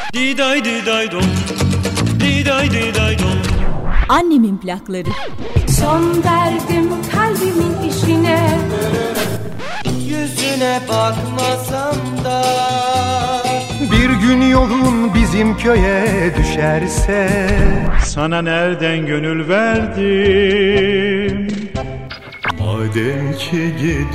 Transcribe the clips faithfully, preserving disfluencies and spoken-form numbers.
Diday diday dom, diday diday dom. Annemin plakları. Son verdim kalbimin işine. Yüzüne bakmasam da bir gün yolun bizim köye düşerse sana nereden gönül verdim? Madem ki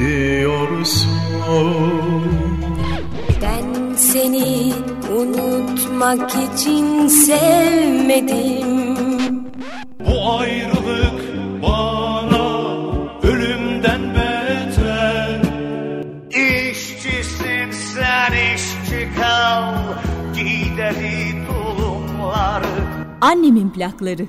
gidiyorsun, ben seni unutmak için sevmedim. Bu ayrılık bana ölümden beter. İşçisin sen, işçi kal, gideri tulumları. Annemin plakları.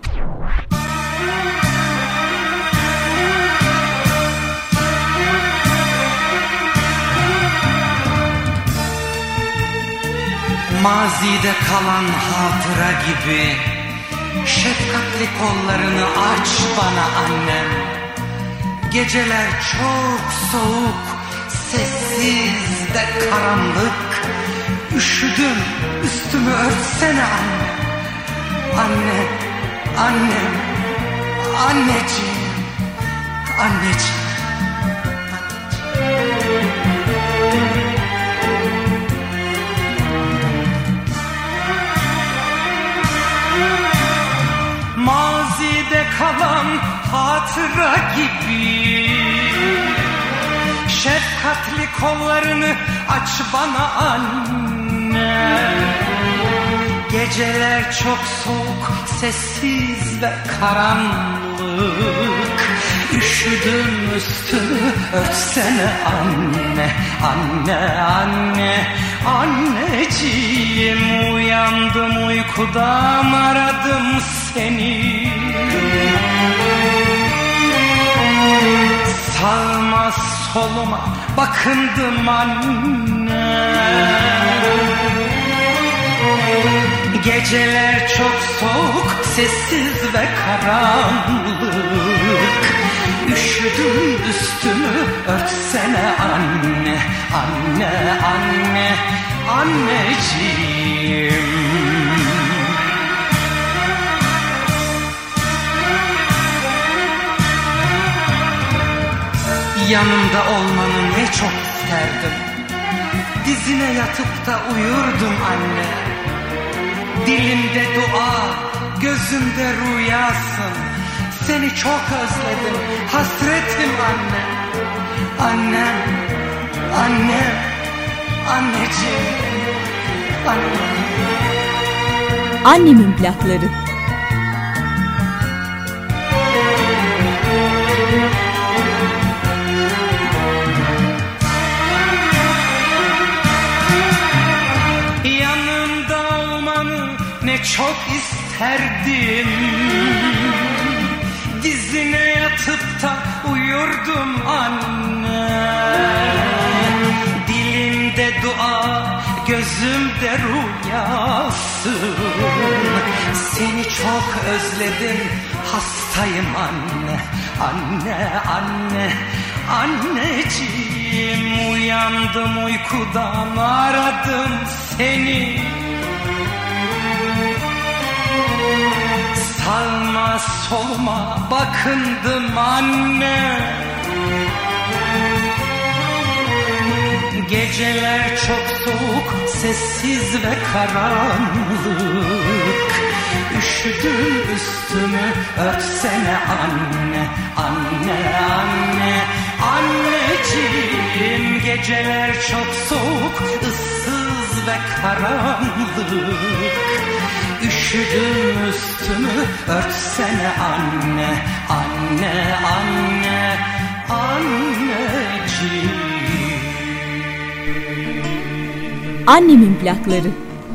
Mazide kalan hatıra gibi şefkatli kollarını aç bana annem. Geceler çok soğuk, sessiz ve karanlık. Üşüdüm, üstümü örtsene anne. Anne, annem, anneciğim, anneciğim. Mazide kalan hatıra gibi şefkatli kollarını aç bana anne. Geceler çok soğuk, sessiz ve karanlık. Üşüdüm, üstümü örtsene anne. Anne, anne, anneciğim. Uyandım uykudan, aradım seni. Sağıma soluma bakındım anne. Geceler çok soğuk, sessiz ve karanlık. Üşüdüm, üstümü örtsene anne. Anne, anne, anneciğim. Yanımda olmanı ne çok isterdim. Dizine yatıp da uyurdum anne. Dilimde dua, gözümde rüyasın. Seni çok özledim, hasretim anne. Annem, annem, anneciğim, annem. Annemin plakları. Ne çok isterdim. Dizine yatıp da uyurdum anne. Dilimde dua, gözümde rüyasın. Seni çok özledim, hastayım anne. Anne, anne, anneciğim. Uyandım uykudan, aradım seni. Sağıma soluma bakındım anne. Geceler çok soğuk, sessiz ve karanlık. Üşüdüm, üstümü örtsene anne. Anne, anne, anneciğim. Geceler çok soğuk, ıssız ve karanlık. Üşüdüm, üstümü örtsene anne. Anne, anne, anneciğim. Annemin plakları.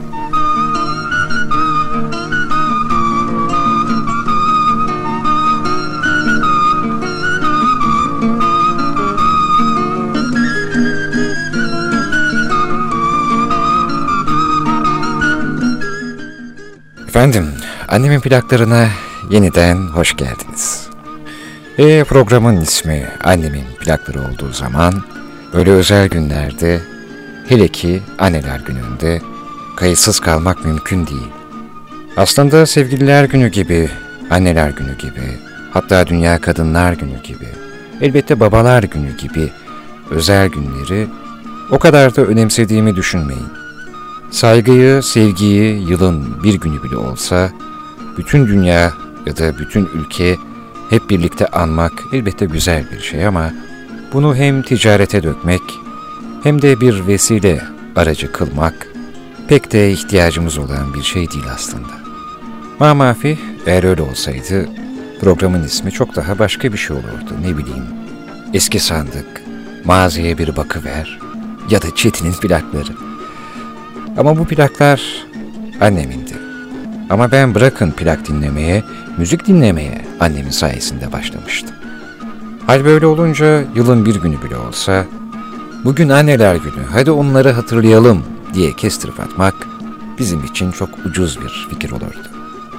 Efendim, annemin plaklarına yeniden hoş geldiniz. E, programın ismi Annemin Plakları olduğu zaman, böyle özel günlerde, hele ki anneler gününde kayıtsız kalmak mümkün değil. Aslında sevgililer günü gibi, anneler günü gibi, hatta Dünya Kadınlar Günü gibi, elbette babalar günü gibi özel günleri o kadar da önemsediğimi düşünmeyin. Saygıyı, sevgiyi yılın bir günü bile olsa bütün dünya ya da bütün ülke hep birlikte anmak elbette güzel bir şey ama bunu hem ticarete dökmek hem de bir vesile aracı kılmak pek de ihtiyacımız olan bir şey değil aslında. Ma mafi, eğer öyle olsaydı programın ismi çok daha başka bir şey olurdu. Ne bileyim, Eski Sandık, Maziye Bir Bakıver ya da Çetin'in plakları. Ama bu plaklar annemindi. Ama ben bırakın plak dinlemeye, müzik dinlemeye annemin sayesinde başlamıştım. Hal böyle olunca yılın bir günü bile olsa, bugün anneler günü, hadi onları hatırlayalım diye kestirip atmak bizim için çok ucuz bir fikir olurdu.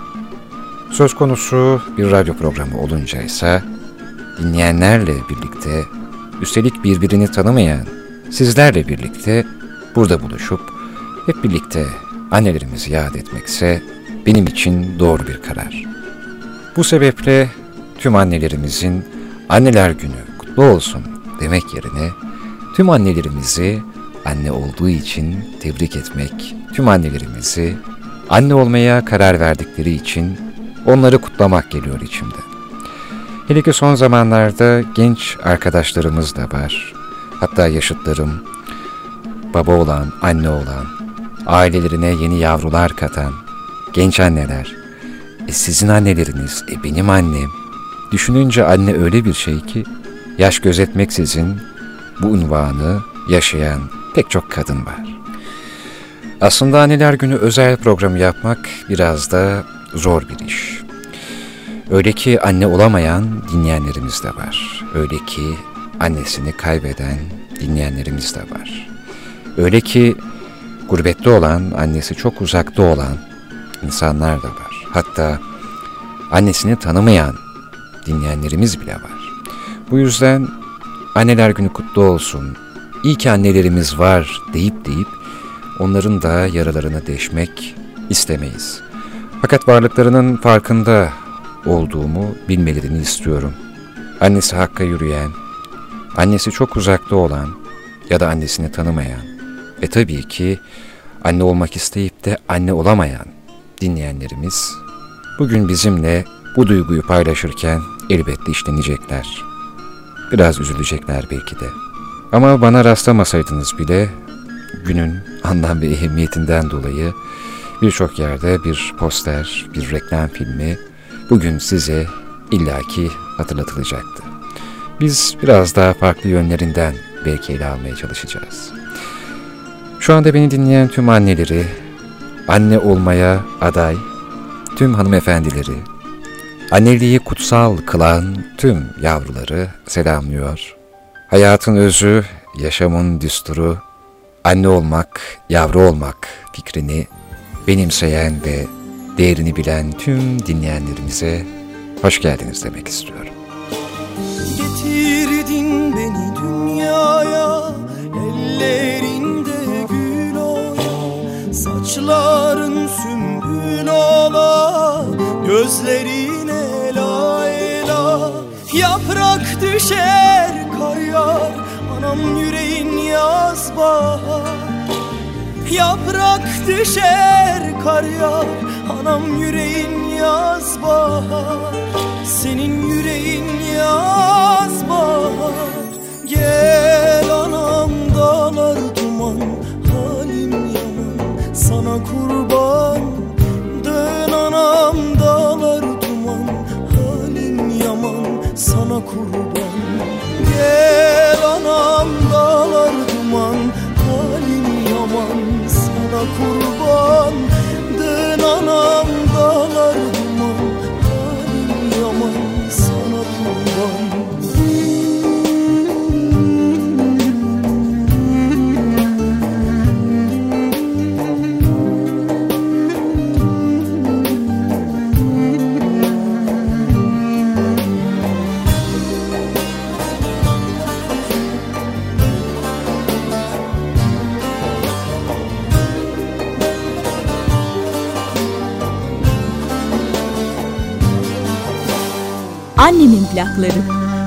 Söz konusu bir radyo programı olunca ise dinleyenlerle birlikte, üstelik birbirini tanımayan sizlerle birlikte burada buluşup hep birlikte annelerimizi yad etmekse benim için doğru bir karar. Bu sebeple tüm annelerimizin Anneler Günü kutlu olsun demek yerine tüm annelerimizi anne olduğu için tebrik etmek, tüm annelerimizi anne olmaya karar verdikleri için onları kutlamak geliyor içimde. Hele ki son zamanlarda genç arkadaşlarımız da var. Hatta yaşıtlarım, baba olan, anne olan, ailelerine yeni yavrular katan genç anneler. E sizin anneleriniz, e benim annem. Düşününce anne öyle bir şey ki yaş gözetmeksizin bu unvanı yaşayan pek çok kadın var. Aslında Anneler Günü özel programı yapmak biraz da zor bir iş. Öyle ki anne olamayan dinleyenlerimiz de var. Öyle ki annesini kaybeden dinleyenlerimiz de var. Öyle ki gurbette olan, annesi çok uzakta olan insanlar da var. Hatta annesini tanımayan dinleyenlerimiz bile var. Bu yüzden Anneler Günü kutlu olsun, iyi ki annelerimiz var deyip deyip onların da yaralarını deşmek istemeyiz. Fakat varlıklarının farkında olduğumu bilmelerini istiyorum. Annesi hakka yürüyen, annesi çok uzakta olan ya da annesini tanımayan ve tabii ki anne olmak isteyip de anne olamayan dinleyenlerimiz bugün bizimle bu duyguyu paylaşırken elbette işlenecekler. Biraz üzülecekler belki de. Ama bana rastlamasaydınız bile günün anlam ve ehemmiyetinden dolayı birçok yerde bir poster, bir reklam filmi bugün size illaki hatırlatılacaktı. Biz biraz daha farklı yönlerinden belki ele almaya çalışacağız. Şu anda beni dinleyen tüm anneleri, anne olmaya aday, tüm hanımefendileri, anneliği kutsal kılan tüm yavruları selamlıyor. Hayatın özü, yaşamın düsturu, anne olmak, yavru olmak fikrini benimseyen ve değerini bilen tüm dinleyenlerimize hoş geldiniz demek istiyorum. Getirdin beni dünyaya, ellerinde gül oya, saçların sümbül ola, gözlerin ela ela. Yaprak düşer, kar yağar, anam yüreğin yaz bahar. Yaprak düşer, kar yağar, anam yüreğin yaz bahar. Senin yüreğin yaz bahar. Gel anam, dağlar duman, halim yaman, sana kurban. Dön anam, dağlar duman, halim yaman, sana kurban. Gel anam, dağlar duman, halim yaman, sana kurban. Dön anam, dağlar duman, halim yaman, sana kurban. Annemin plakları.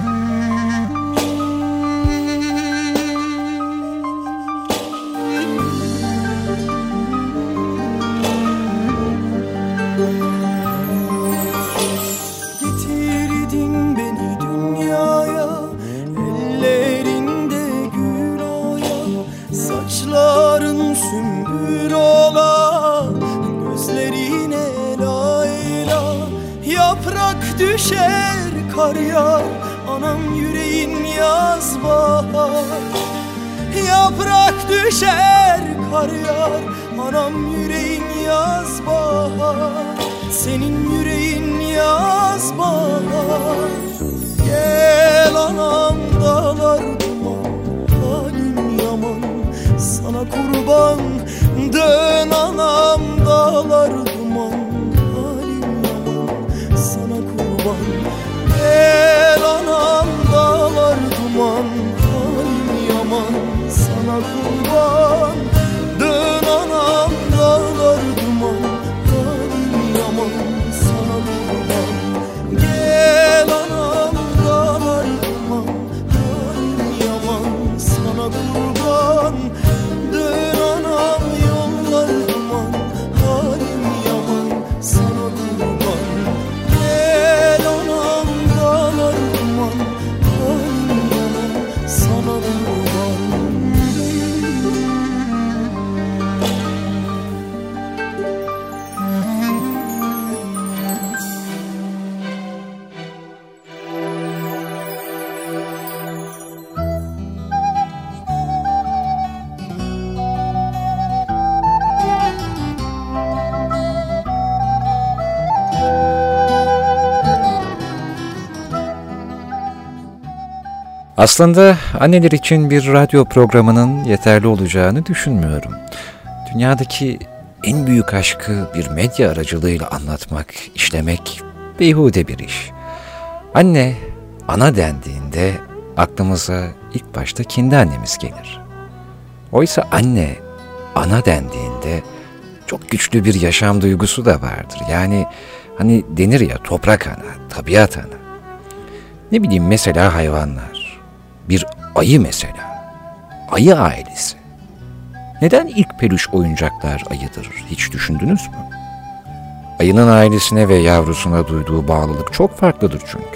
Getirdin beni dünyaya, ellerinde gül oya, saçların sümbül ola, gözlerin ela ela. Yaprak düşer, kar yağar, anam yüreğin yaz bahar. Yaprak düşer, kar yağar, anam yüreğin yaz bahar. Senin yüreğin yaz bahar. Gel anam dağlar duman, halim yaman, sana kurban. Dön anam dağlar duman, halim yaman, sana kurban. Gel anam dağlar duman, halim yaman, sana kurban. Dön anam dağlar duman, halim yaman, sana kurban. Gel anam dağlar duman, halim yaman, sana kurban. Dön anam yollar duman, halim yaman, sana kurban. Gel anam dağlar duman, halim yaman, sana kurban. Aslında anneler için bir radyo programının yeterli olacağını düşünmüyorum. Dünyadaki en büyük aşkı bir medya aracılığıyla anlatmak, işlemek beyhude bir iş. Anne, ana dendiğinde aklımıza ilk başta kendi annemiz gelir. Oysa anne, ana dendiğinde çok güçlü bir yaşam duygusu da vardır. Yani hani denir ya, toprak ana, tabiat ana. Ne bileyim, mesela hayvanlar. Bir ayı mesela. Ayı ailesi. Neden ilk peluş oyuncaklar ayıdır? Hiç düşündünüz mü? Ayının ailesine ve yavrusuna duyduğu bağlılık çok farklıdır çünkü.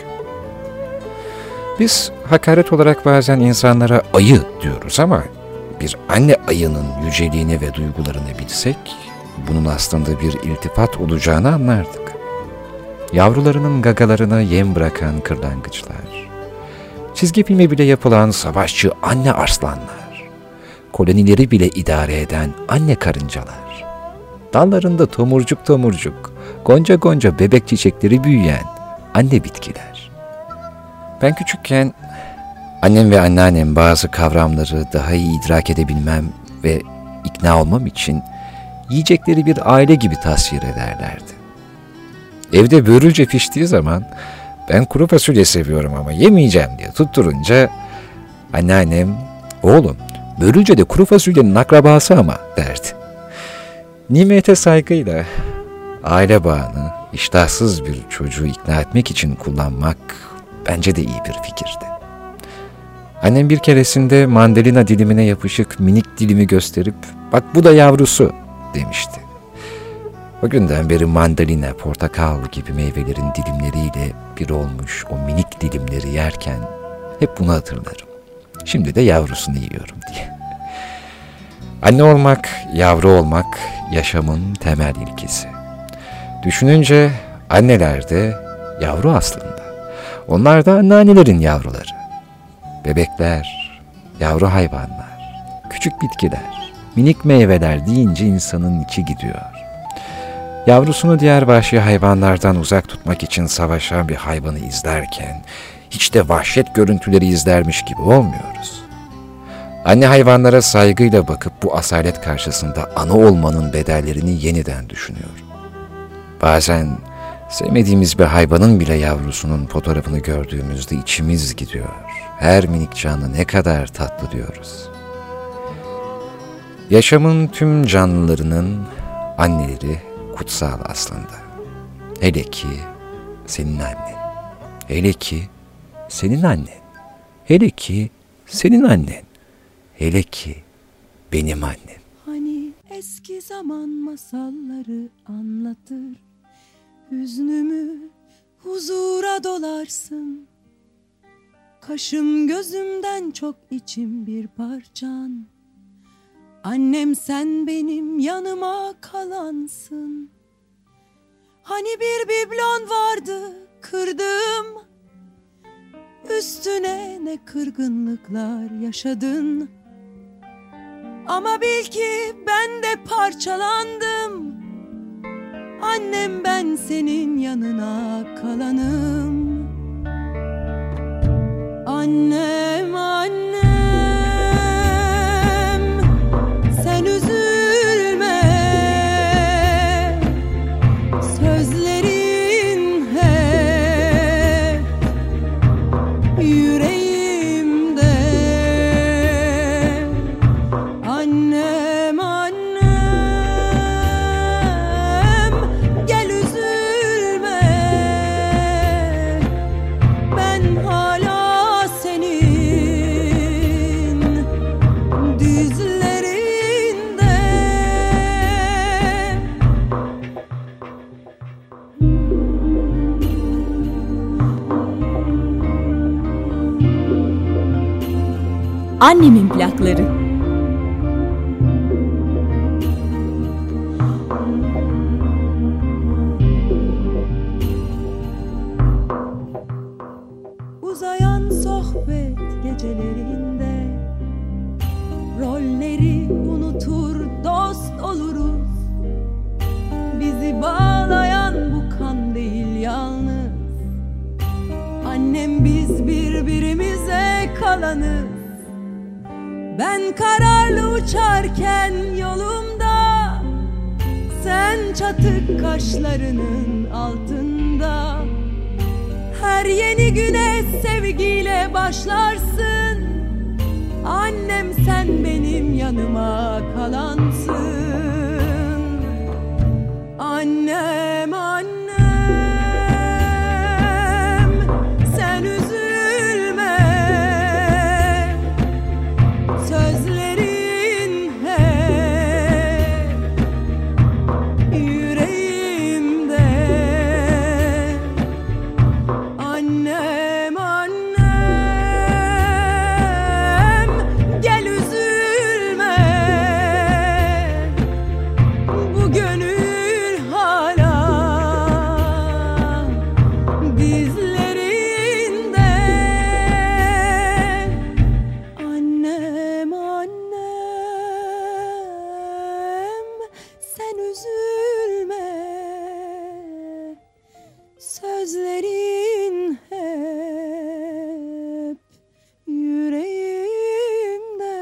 Biz hakaret olarak bazen insanlara ayı diyoruz ama bir anne ayının yüceliğini ve duygularını bilsek, bunun aslında bir iltifat olacağını anlardık. Yavrularının gagalarına yem bırakan kırlangıçlar, çizgi filmi bile yapılan savaşçı anne arslanlar, kolonileri bile idare eden anne karıncalar, dallarında tomurcuk tomurcuk, gonca gonca bebek çiçekleri büyüyen anne bitkiler. Ben küçükken annem ve anneannem bazı kavramları daha iyi idrak edebilmem ve ikna olmam için yiyecekleri bir aile gibi tasvir ederlerdi. Evde börülce piştiği zaman ben kuru fasulye seviyorum ama yemeyeceğim diye tutturunca anneannem, oğlum börülce de kuru fasulyenin akrabası ama derdi. Nimete saygıyla aile bağını iştahsız bir çocuğu ikna etmek için kullanmak bence de iyi bir fikirdi. Annem bir keresinde mandalina dilimine yapışık minik dilimi gösterip bak bu da yavrusu demişti. O günden beri mandalina, portakal gibi meyvelerin dilimleriyle bir olmuş o minik dilimleri yerken hep bunu hatırlarım. Şimdi de yavrusunu yiyorum diye. Anne olmak, yavru olmak yaşamın temel ilkesi. Düşününce anneler de yavru aslında. Onlar da anneannelerin yavruları. Bebekler, yavru hayvanlar, küçük bitkiler, minik meyveler deyince insanın içi gidiyor. Yavrusunu diğer vahşi hayvanlardan uzak tutmak için savaşan bir hayvanı izlerken hiç de vahşet görüntüleri izlermiş gibi olmuyoruz. Anne hayvanlara saygıyla bakıp bu asalet karşısında ana olmanın bedellerini yeniden düşünüyorum. Bazen sevmediğimiz bir hayvanın bile yavrusunun fotoğrafını gördüğümüzde içimiz gidiyor. Her minik canlı ne kadar tatlı diyoruz. Yaşamın tüm canlılarının anneleri kutsal aslında. Hele ki senin annen. Hele ki senin annen. Hele ki senin annen. Hele ki benim annem. Hani eski zaman masalları anlatır, hüznümü huzura dolarsın. Kaşım gözümden çok içim bir parçan. Annem sen benim yanıma kalansın. Hani bir biblon vardı kırdım, üstüne ne kırgınlıklar yaşadın. Ama bil ki ben de parçalandım. Annem ben senin yanına kalanım. Annem annem, sen üzülme, sözlerin hep yüreğimde. Annem annem, gel üzülme, ben hala Annemin plakları. Uzayan sohbet gecelerinde rolleri unutur dost oluruz. Bizi bağlayan bu kan değil yalnız. Annem biz birbirimize kalanız. Ben kararlı uçarken yolumda, sen çatık kaşlarının altında. Her yeni güne sevgiyle başlarsın. Annem sen benim yanıma kalansın. Annem annem, sen üzülme, sözlerin hep yüreğimde. Annem annem, gel üzülme, bu gönül hala dizlerinde. Annem annem, sen üzülme, sözlerin hep yüreğimde.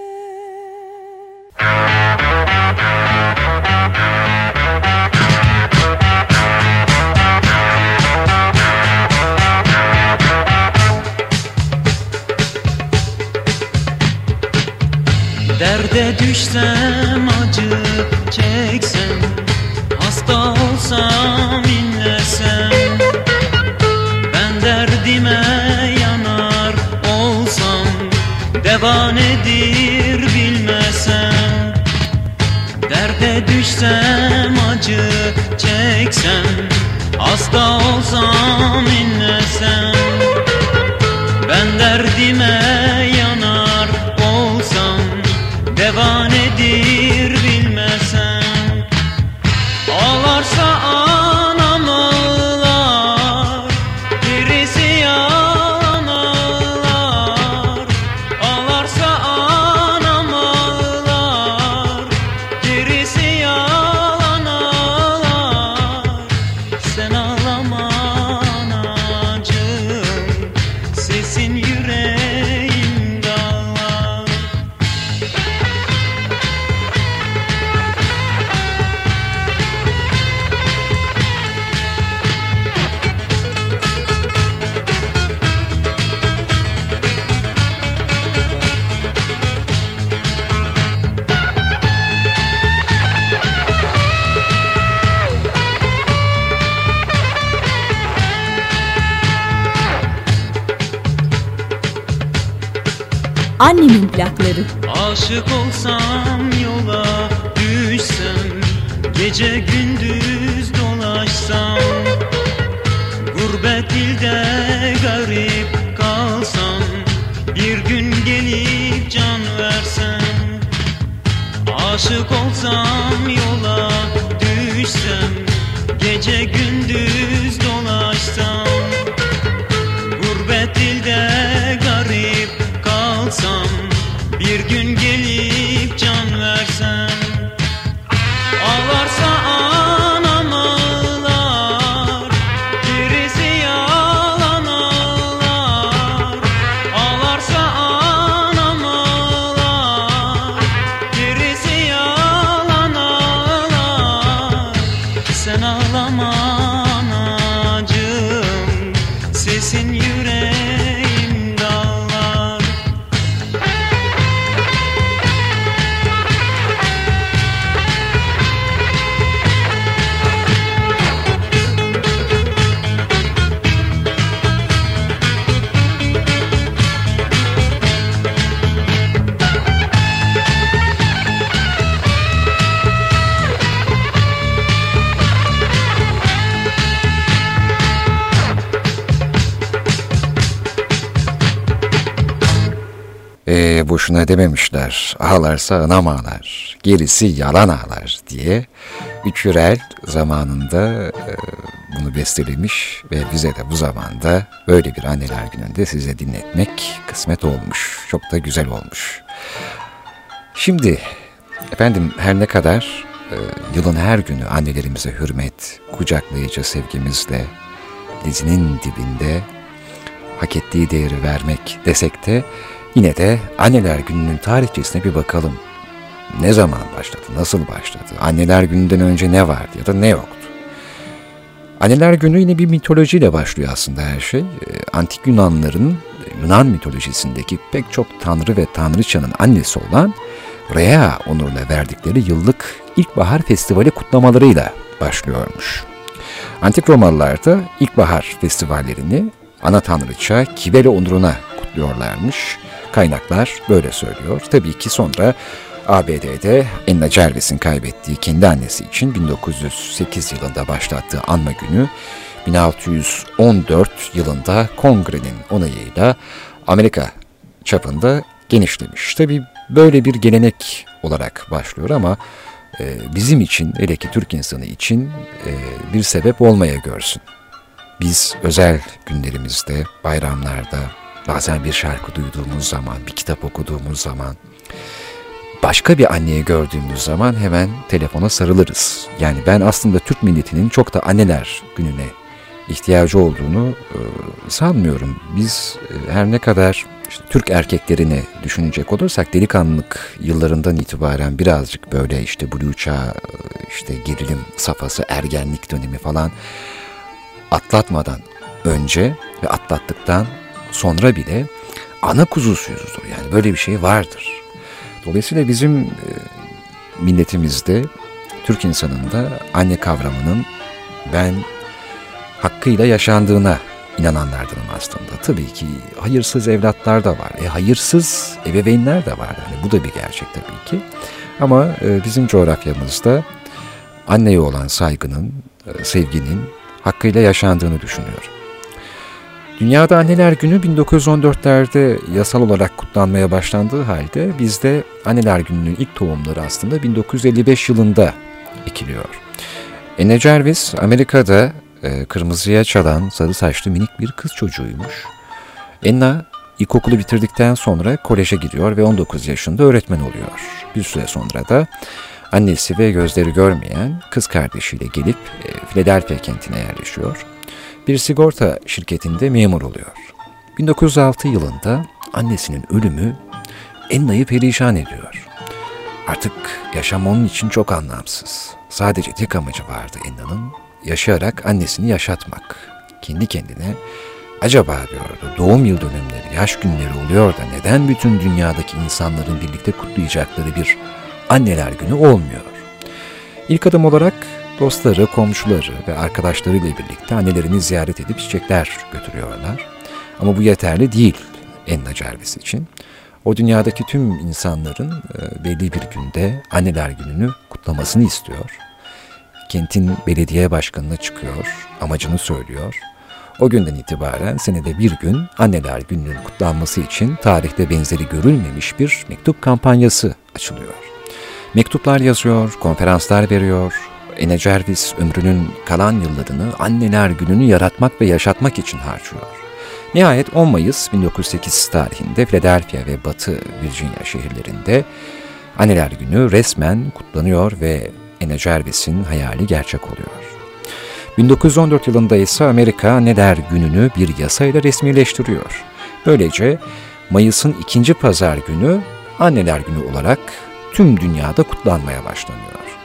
Derde düşsem, acı çeksem, hasta olsam, inlesem, ben derdime yanar olsam, deva nedir bilmesem. Derde düşsem, acı çeksem, hasta olsam, inlesem, ben derdime yanar olsam, deva nedir bilmesem. Ağlarsa anam ağlar, birisi yalan ağlar. Ağlarsa anam ağlar, birisi yalan ağlar. Sen ağlama anacığım, sesin yüreğimde ağlar. Annemin plakları. Aşık olsam yola düşsem, gece gündüz dolaşsam, gurbet ilde garip kalsam, bir gün gelip can versem. Aşık olsam yola düşsem, gece gündüz dolaşsam, gurbet ilde garip kalsam, bir gün gelip can versem. Ağlarsa anam ağlar, gerisi yalan ağlar. Ağlarsa anam ağlar, gerisi yalan ağlar. Sen ağlama anacığım, sesin yüreğimde ağlar. E, boşuna dememişler, ağlarsa anam ağlar, gerisi yalan ağlar diye. Üçürel zamanında e, bunu bestelemiş ve bize de bu zamanda böyle bir anneler gününde size dinletmek kısmet olmuş. Çok da güzel olmuş. Şimdi efendim, her ne kadar e, yılın her günü annelerimize hürmet, kucaklayıcı sevgimizle dizinin dibinde hak ettiği değeri vermek desek de, yine de Anneler Günü'nün tarihçesine bir bakalım. Ne zaman başladı, nasıl başladı, Anneler Günü'nden önce ne vardı ya da ne yoktu? Anneler Günü yine bir mitolojiyle başlıyor aslında her şey. Antik Yunanların, Yunan mitolojisindeki pek çok tanrı ve tanrıçanın annesi olan Rhea onuruna verdikleri yıllık ilkbahar festivali kutlamalarıyla başlıyormuş. Antik Romalılar da ilkbahar festivallerini ana tanrıça Kybele onuruna kutluyorlarmış. Kaynaklar böyle söylüyor. Tabii ki sonra A B D'de Anna Jarvis'in kaybettiği kendi annesi için bin dokuz yüz sekiz yılında başlattığı anma günü, bin altı yüz on dört yılında Kongre'nin onayıyla Amerika çapında genişlemiş. Tabii böyle bir gelenek olarak başlıyor ama e, bizim için, hele ki Türk insanı için e, bir sebep olmaya görsün. Biz özel günlerimizde, bayramlarda, bazen bir şarkı duyduğumuz zaman, bir kitap okuduğumuz zaman, başka bir anneyi gördüğümüz zaman hemen telefona sarılırız. Yani ben aslında Türk milletinin çok da anneler gününe ihtiyacı olduğunu e, sanmıyorum. Biz e, her ne kadar işte Türk erkeklerini düşünecek olursak, delikanlılık yıllarından itibaren birazcık böyle işte blue çağ, işte gerilim safhası, ergenlik dönemi falan atlatmadan önce ve atlattıktan sonra bile ana kuzusuyuzdur. Yani böyle bir şey vardır. Dolayısıyla bizim e, milletimizde, Türk insanında anne kavramının ben hakkıyla yaşandığına inananlardanım aslında. Tabii ki hayırsız evlatlar da var. E, hayırsız ebeveynler de var. Yani bu da bir gerçek tabii ki. Ama e, bizim coğrafyamızda anneye olan saygının, e, sevginin hakkıyla yaşandığını düşünüyorum. Dünyada Anneler Günü bin dokuz yüz on dörtlerde yasal olarak kutlanmaya başlandığı halde bizde Anneler Günü'nün ilk tohumları aslında bin dokuz yüz elli beş yılında ekiliyor. Anna Jarvis Amerika'da e, kırmızıya çalan sarı saçlı minik bir kız çocuğuymuş. Anna ilkokulu bitirdikten sonra koleje gidiyor ve on dokuz yaşında öğretmen oluyor. Bir süre sonra da annesi ve gözleri görmeyen kız kardeşiyle gelip e, Philadelphia kentine yerleşiyor. Bir sigorta şirketinde memur oluyor. bin dokuz yüz altı yılında annesinin ölümü Anna'yı perişan ediyor. Artık yaşam onun için çok anlamsız. Sadece tek amacı vardı Anna'nın, yaşayarak annesini yaşatmak. Kendi kendine acaba diyordu, doğum yıl dönümleri, yaş günleri oluyor da neden bütün dünyadaki insanların birlikte kutlayacakları bir Anneler Günü olmuyor? İlk adım olarak dostları, komşuları ve arkadaşlarıyla birlikte annelerini ziyaret edip çiçekler götürüyorlar. Ama bu yeterli değil Anna Jarvis için. O dünyadaki tüm insanların e, belli bir günde Anneler Günü'nü kutlamasını istiyor. Kentin belediye başkanına çıkıyor, amacını söylüyor. O günden itibaren senede bir gün Anneler Günü'nün kutlanması için tarihte benzeri görülmemiş bir mektup kampanyası açılıyor. Mektuplar yazıyor, konferanslar veriyor. Ene Jervis ömrünün kalan yıllarını Anneler Günü'nü yaratmak ve yaşatmak için harcıyor. Nihayet on Mayıs bin dokuz yüz sekiz tarihinde Philadelphia ve Batı Virginia şehirlerinde Anneler Günü resmen kutlanıyor ve Ene Jervis'in hayali gerçek oluyor. bin dokuz yüz on dört yılında ise Amerika Anneler Günü'nü bir yasayla resmileştiriyor. Böylece Mayıs'ın ikinci pazar günü Anneler Günü olarak tüm dünyada kutlanmaya başlanıyor.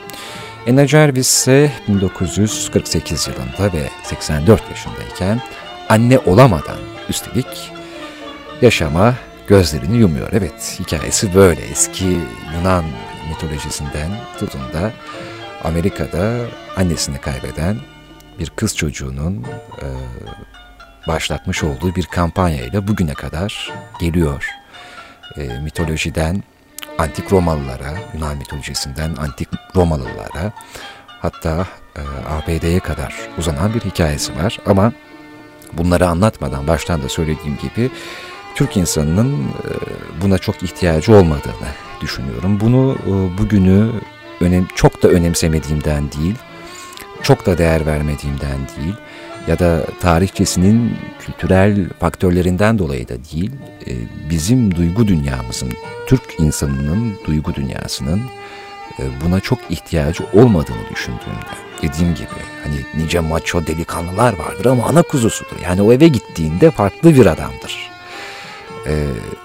Ene Jervis ise bin dokuz yüz kırk sekiz yılında ve seksen dört yaşındayken anne olamadan üstelik yaşama gözlerini yumuyor. Evet, hikayesi böyle. Eski Yunan mitolojisinden tutun da Amerika'da annesini kaybeden bir kız çocuğunun e, başlatmış olduğu bir kampanyayla bugüne kadar geliyor. E, mitolojiden antik Romalılara, Yunan mitolojisinden antik Romalılara, hatta e, A B D'ye kadar uzanan bir hikayesi var. Ama bunları anlatmadan baştan da söylediğim gibi Türk insanının e, buna çok ihtiyacı olmadığını düşünüyorum. Bunu e, bugünü önem, çok da önemsemediğimden değil, çok da değer vermediğimden değil ya da tarihçesinin kültürel faktörlerinden dolayı da değil, e, bizim duygu dünyamızın, Türk insanının duygu dünyasının e, buna çok ihtiyacı olmadığını düşündüğümde, dediğim gibi hani nice maço delikanlılar vardır ama ana kuzusudur. Yani o eve gittiğinde farklı bir adamdır. E,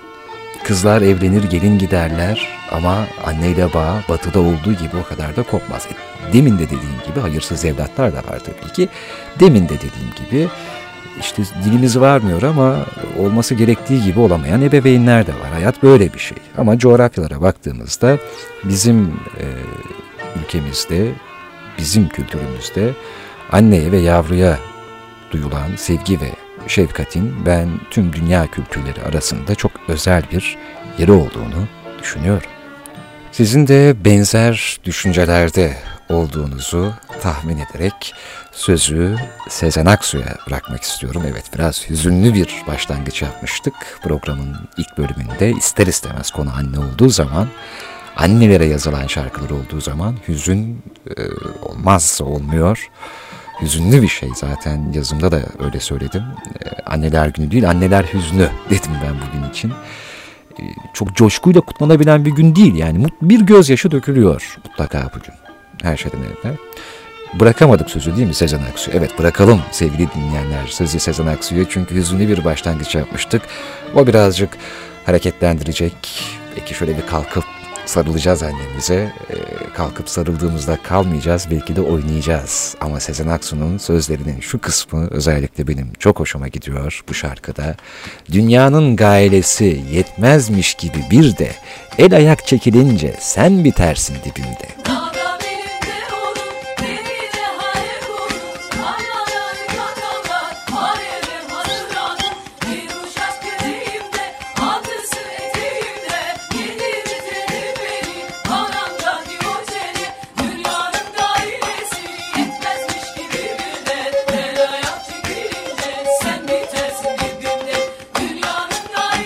kızlar evlenir, gelin giderler ama anneyle bağ batıda olduğu gibi o kadar da kopmaz. Demin de dediğim gibi hayırsız evlatlar da var tabii ki. Demin de dediğim gibi işte dilimiz varmıyor ama olması gerektiği gibi olamayan ebeveynler de var. Hayat böyle bir şey. Ama coğrafyalara baktığımızda bizim e, ülkemizde, bizim kültürümüzde anneye ve yavruya duyulan sevgi ve şefkatin ben tüm dünya kültürleri arasında çok özel bir yeri olduğunu düşünüyorum. Sizin de benzer düşüncelerde olduğunuzu tahmin ederek sözü Sezen Aksu'ya bırakmak istiyorum. Evet, biraz hüzünlü bir başlangıç yapmıştık. Programın ilk bölümünde ister istemez konu anne olduğu zaman, annelere yazılan şarkılar olduğu zaman hüzün e, olmazsa olmuyor. Hüzünlü bir şey, zaten yazımda da öyle söyledim. E, anneler günü değil, anneler hüznü dedim ben bugün için. E, çok coşkuyla kutlanabilen bir gün değil yani. Bir gözyaşı dökülüyor mutlaka bugün. Her şeyden evvel. Bırakamadık sözü değil mi Sezen Aksu? Evet, bırakalım sevgili dinleyenler sözü Sezen Aksu'ya, çünkü hüzünlü bir başlangıç yapmıştık. O birazcık hareketlendirecek. Belki şöyle bir kalkıp sarılacağız annemize. Ee, kalkıp sarıldığımızda kalmayacağız, belki de oynayacağız. Ama Sezen Aksu'nun sözlerinin şu kısmı özellikle benim çok hoşuma gidiyor bu şarkıda. Dünyanın gailesi yetmezmiş gibi bir de el ayak çekilince sen bitersin dibimde.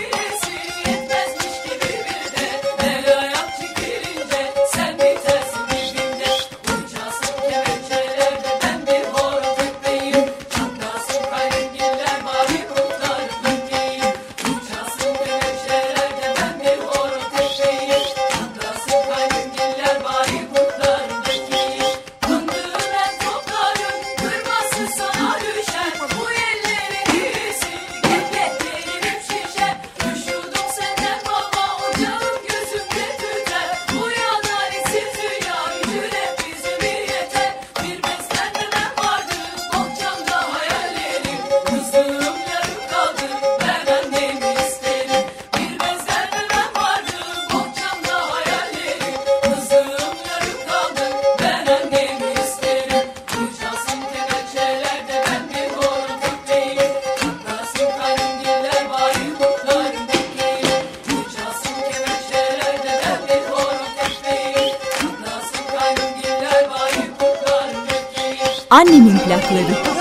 Sen bitersin Annemin plakları.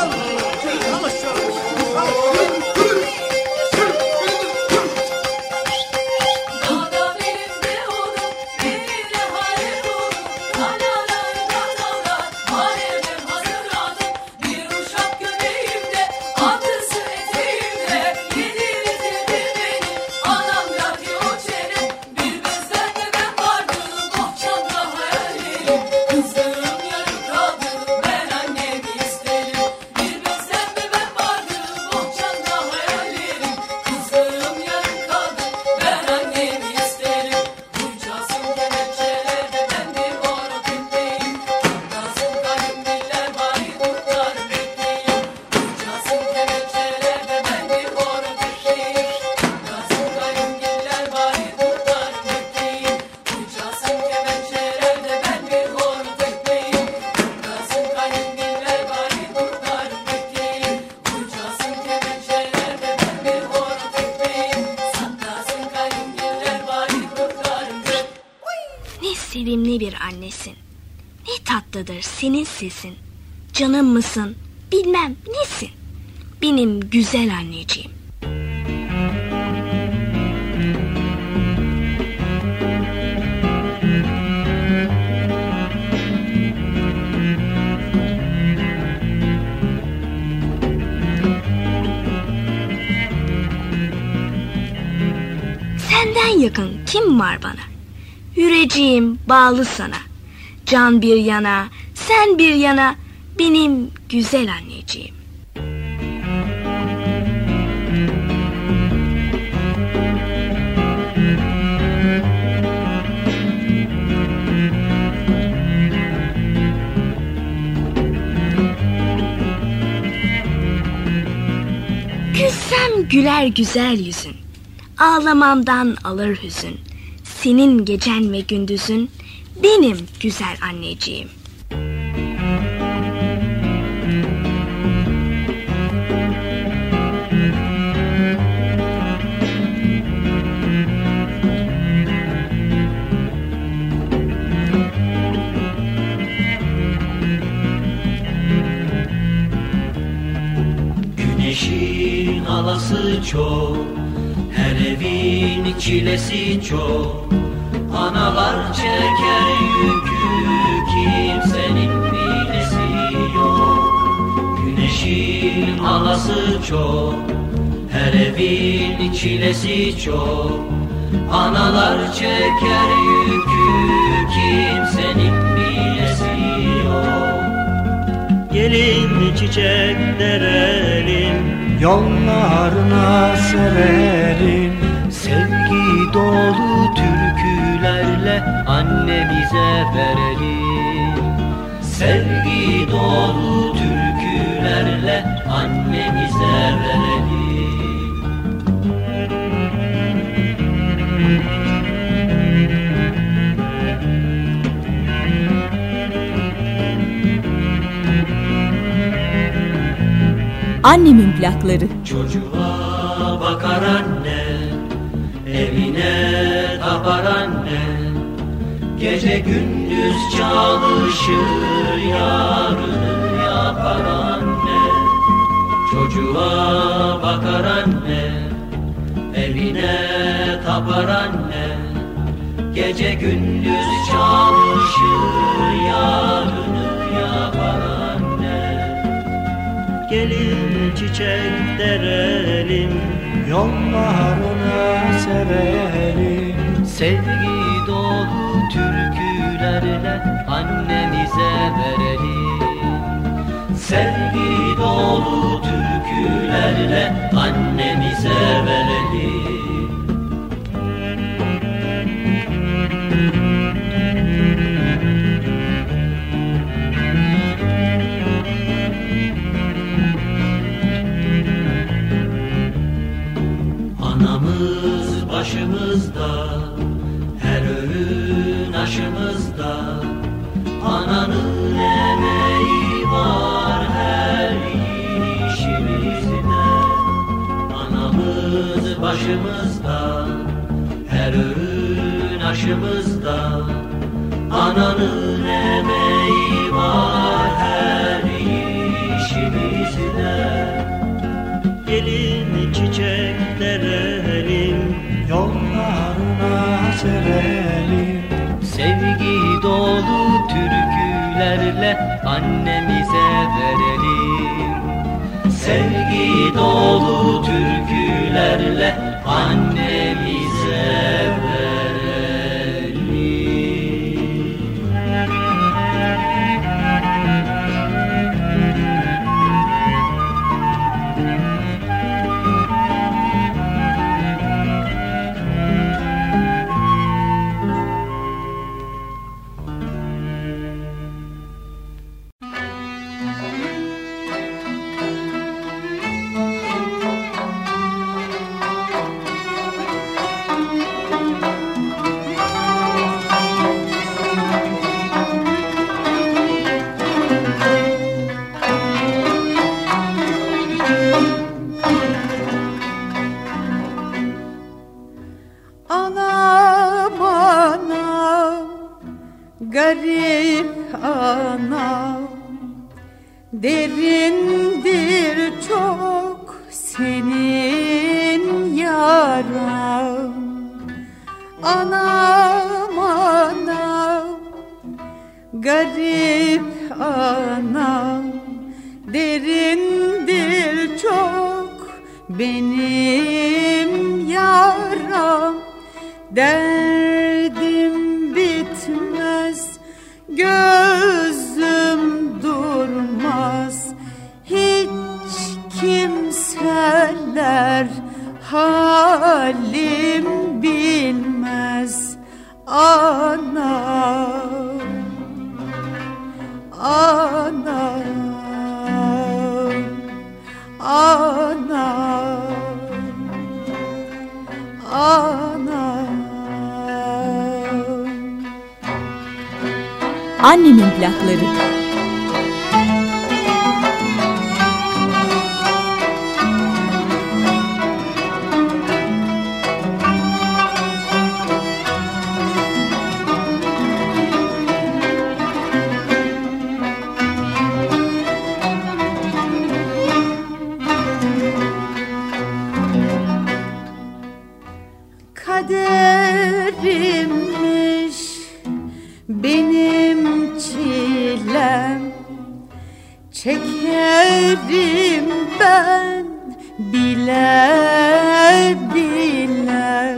Sevimli bir annesin. Ne tatlıdır senin sesin. Canım mısın? Bilmem nesin? Benim güzel anneciğim. Senden yakın kim var bana? Yüreğim bağlı sana. Can bir yana, sen bir yana, benim güzel anneciğim. Gülsem güler güzel yüzün, ağlamamdan alır hüzün. Senin gecen ve gündüzün, benim güzel anneciğim. Güneşin alası çok, her evin çilesi çok. Analar çeker yükü, kimsenin bilesi yok. Güneşin alası çok, her evin çilesi çok. Analar çeker yükü, kimsenin bilesi yok. Gelin çiçek derelim, yollarına serelim. Sevgi dolu türkülerle annemize verelim. Sevgi dolu türkülerle annemize verelim. Annemin plakları. Çocuğa bakar anne, evine tapar anne. Gece gündüz çalışır, yarını yapar anne. Çocuğa bakar anne, evine tapar anne. Gece gündüz çalışır, yarını yapar anne. gelin çiçek derelim, yollarına serelim. Sevgi dolu türkülerle annemize verelim. Sevgi dolu türkülerle annemize verelim. Anamız başımızda, her öğün aşımızda. Ananın emeği var her işimizde. Anamız başımızda, her öğün aşımızda. Ananın emeği var her işimizde. annemize verelim. Sevgi dolu türkülerle annemize verelim. Anam anam, garip anam, derindir çok senin yaran. Anam anam, garip anam, derindir çok benim yaram. Derdim bitmez, gözüm durmaz, hiç kimseler halim bilmez. Anam, anam, anam, anam. Annemin plakları. Kaderimmiş benim çilem, çekerim ben bile bile.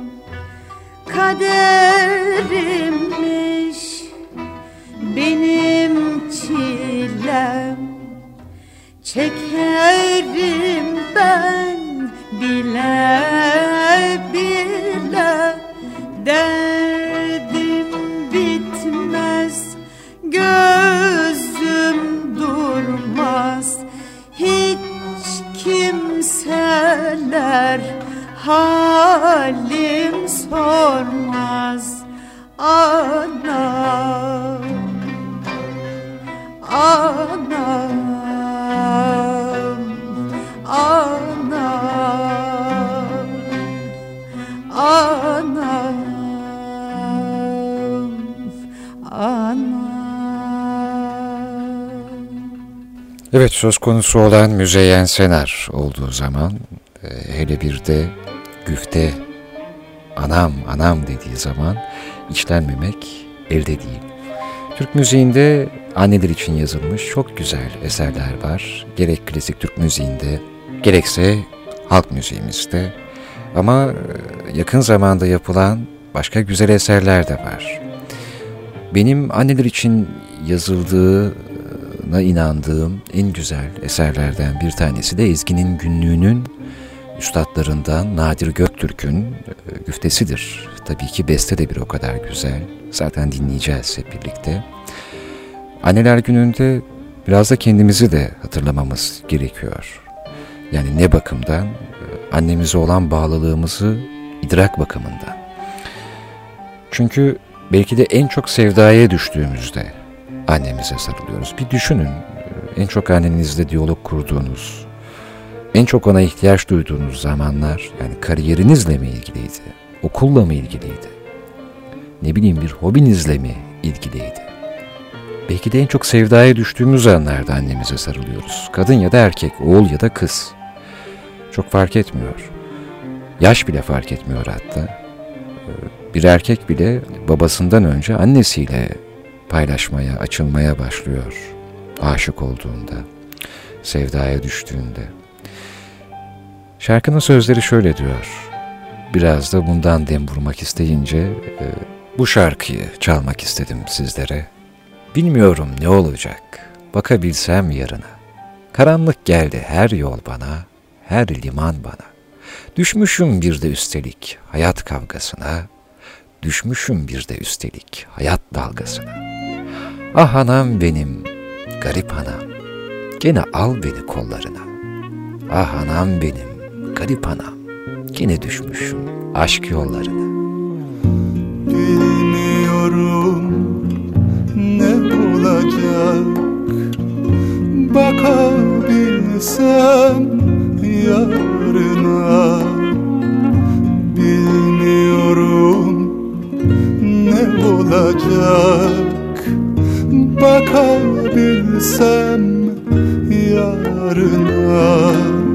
Kaderimmiş benim çilem, çekerim ben bile bile. Derdim bitmez, gözüm durmaz, hiç kimseler halim sormaz. Anam, anam, anam, anam, anam. Evet, söz konusu olan Müzeyyen Senar olduğu zaman, hele bir de güfte anam anam dediği zaman içlenmemek elde değil. Türk müziğinde anneler için yazılmış çok güzel eserler var. Gerek klasik Türk müziğinde, gerekse halk müziğimizde. Ama yakın zamanda yapılan başka güzel eserler de var. Benim anneler için yazıldığına inandığım en güzel eserlerden bir tanesi de Ezgi'nin Günlüğü'nün üstadlarından Nadir Göktürk'ün güftesidir. Tabii ki beste de bir o kadar güzel. Zaten dinleyeceğiz hep birlikte. Anneler Günü'nde biraz da kendimizi de hatırlamamız gerekiyor. Yani ne bakımdan? Annemize olan bağlılığımızı idrak bakımından. Çünkü belki de en çok sevdaya düştüğümüzde annemize sarılıyoruz. Bir düşünün, en çok annenizle diyalog kurduğunuz, en çok ona ihtiyaç duyduğunuz zamanlar, yani kariyerinizle mi ilgiliydi, okulla mı ilgiliydi, ne bileyim bir hobinizle mi ilgiliydi? Belki de en çok sevdaya düştüğümüz anlarda annemize sarılıyoruz. Kadın ya da erkek, oğul ya da kız. Çok fark etmiyor. Yaş bile fark etmiyor hatta. Bir erkek bile babasından önce annesiyle paylaşmaya, açılmaya başlıyor. aşık olduğunda, sevdaya düştüğünde. Şarkının sözleri şöyle diyor. Biraz da bundan dem vurmak isteyince e, bu şarkıyı çalmak istedim sizlere. Bilmiyorum ne olacak, bakabilsem yarına. Karanlık geldi her yol bana, her liman bana. Düşmüşüm bir de üstelik hayat kavgasına, düşmüşüm bir de üstelik hayat dalgasına. Ah anam benim, garip anam, gene al beni kollarına. Ah anam benim, garip anam, gene düşmüşüm aşk yollarına. Bilmiyorum ne olacak, bakabilsem yarına. Bilmiyorum ne olacak, bakabilsem yarına.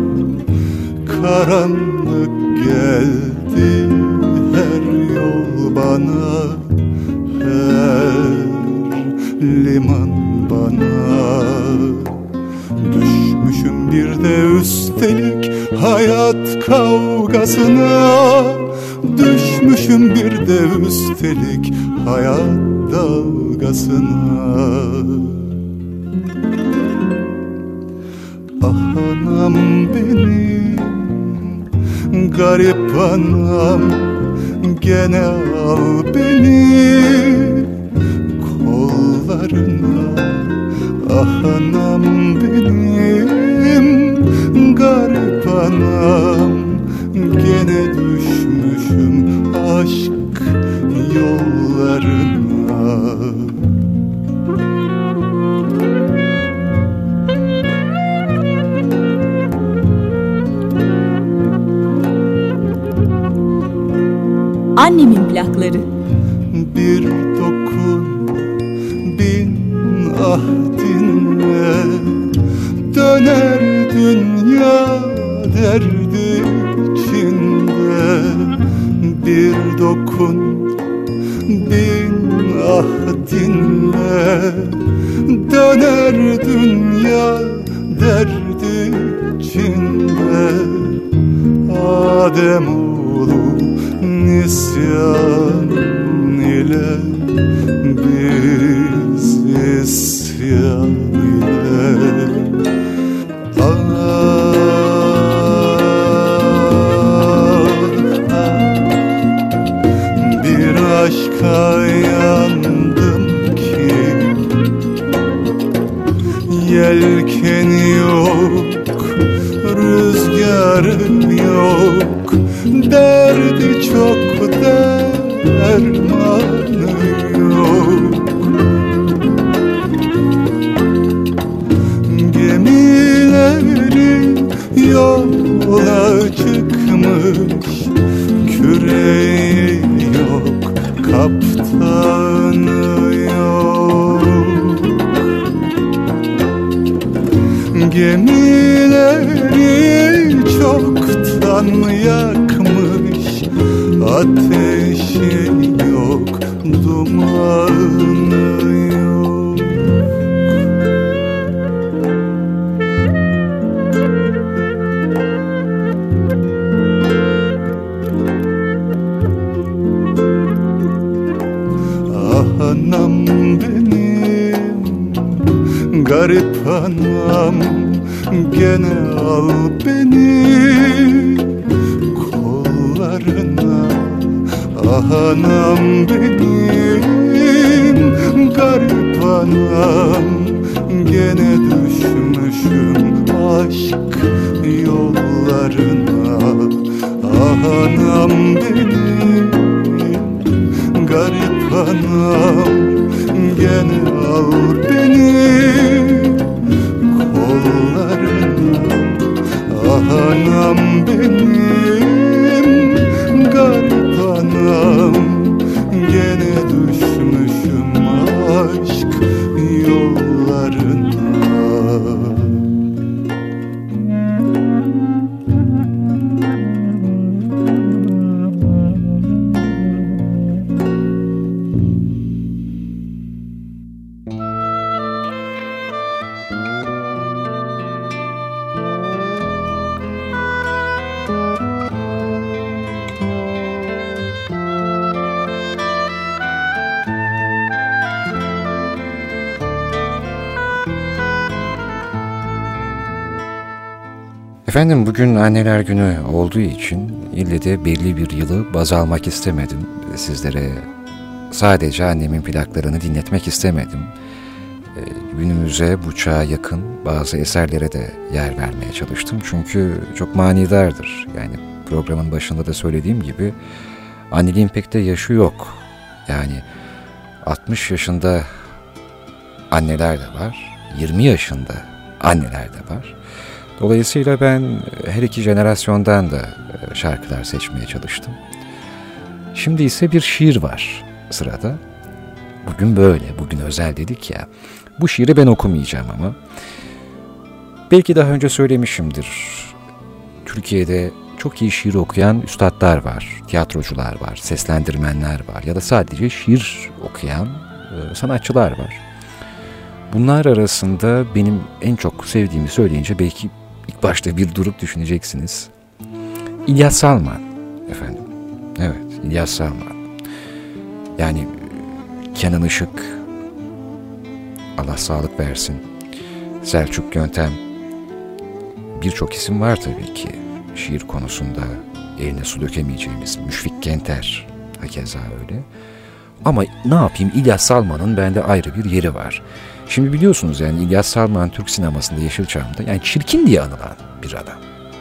Karanlık geldi her yol bana, her liman bana. Düşmüşüm bir de üstelik hayat kavgasına, düşmüşüm bir de üstelik hayat dalgasına. Ah anam benim, garip anam, gene al beni kollarına. Ah anam benim, garip anam, gene düşmüşüm aşk yollarına. Annemin plakları. Bir dokun, bin ah dinle, döner dünya derdi içinde. Bir dokun, bin ah dinle, döner dünya derdi içinde. Ademoğlu nisyan ile, biz isyan ile. Ah, ah, bir aşka yandım ki yelkeni yok, rüzgarı yok, derdi çok, dermanı yok. Gemileri yola çıkmış, küreği yok, kaptanı yok. Gemileri çoktan yakmış, ateşi yok, dumanı yok. Ah anam benim, garip anam, gene al beni kollarına. Ah anam benim, garip anam, gene düşmüşüm aşk yollarına. Ah anam benim, garip anam, gene al beni kollarına. Ah anam benim, garip anam, gene düşmüşüm aşk yollarına. Efendim bugün Anneler Günü olduğu için ille de belli bir yılı baz almak istemedim. Sizlere sadece annemin plaklarını dinletmek istemedim. Ee, günümüze, bu çağa yakın bazı eserlere de yer vermeye çalıştım. Çünkü çok manidardır. Yani programın başında da söylediğim gibi anneliğin pek de yaşı yok. Yani altmış yaşında anneler de var, yirmi yaşında anneler de var. Dolayısıyla ben her iki jenerasyondan da şarkılar seçmeye çalıştım. Şimdi ise bir şiir var sırada. Bugün böyle, bugün özel dedik ya. Bu şiiri ben okumayacağım ama. Belki daha önce söylemişimdir. Türkiye'de çok iyi şiir okuyan üstadlar var, tiyatrocular var, seslendirmenler var ya da sadece şiir okuyan e, sanatçılar var. Bunlar arasında benim en çok sevdiğimi söyleyince belki ilk başta bir durup düşüneceksiniz. İlyas Salman efendim. Evet, İlyas Salman. Yani Kenan Işık, Allah sağlık versin, Selçuk Yöntem, birçok isim var tabii ki. Şiir konusunda eline su dökemeyeceğimiz Müşfik Genter, hakeza öyle. Ama ne yapayım, İlyas Salman'ın bende ayrı bir yeri var. Şimdi biliyorsunuz yani İlyas Salman Türk sinemasında Yeşilçam'da yani çirkin diye anılan bir adam.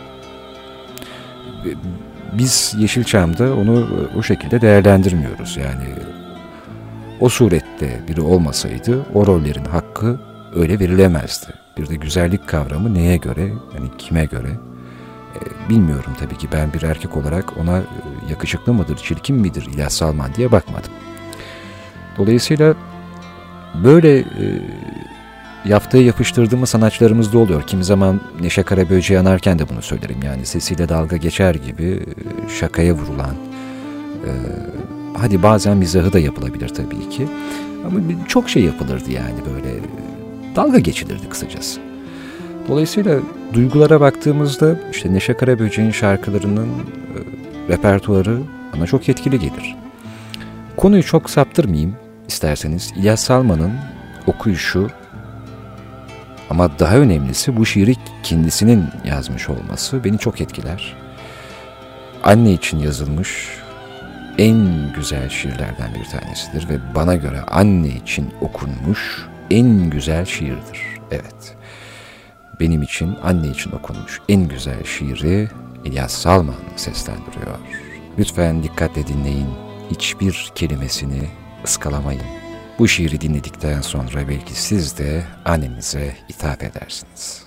Biz Yeşilçam'da onu o şekilde değerlendirmiyoruz. Yani o surette biri olmasaydı o rollerin hakkı öyle verilemezdi. Bir de güzellik kavramı neye göre, yani kime göre e, bilmiyorum tabii ki. Ben bir erkek olarak ona yakışıklı mıdır, çirkin midir İlyas Salman diye bakmadım. Dolayısıyla böyle e, yaftaya yapıştırdığımız sanatçılarımız da oluyor. Kimi zaman Neşe Karaböcek'i anarken de bunu söylerim. Yani sesiyle dalga geçer gibi e, şakaya vurulan, e, hadi bazen mizahı da yapılabilir tabii ki. Ama çok şey yapılırdı yani böyle dalga geçilirdi kısacası. Dolayısıyla duygulara baktığımızda işte Neşe Karaböcek'in şarkılarının e, repertuarı bana çok etkili gelir. Konuyu çok saptırmayayım isterseniz. İlyas Salman'ın okuyuşu ama daha önemlisi bu şiiri kendisinin yazmış olması beni çok etkiler. Anne için yazılmış en güzel şiirlerden bir tanesidir ve bana göre anne için okunmuş en güzel şiirdir. Evet, benim için anne için okunmuş en güzel şiiri İlyas Salman seslendiriyor. Lütfen dikkatle dinleyin, hiçbir kelimesini ıskalamayın. Bu şiiri dinledikten sonra belki siz de annenize hitap edersiniz.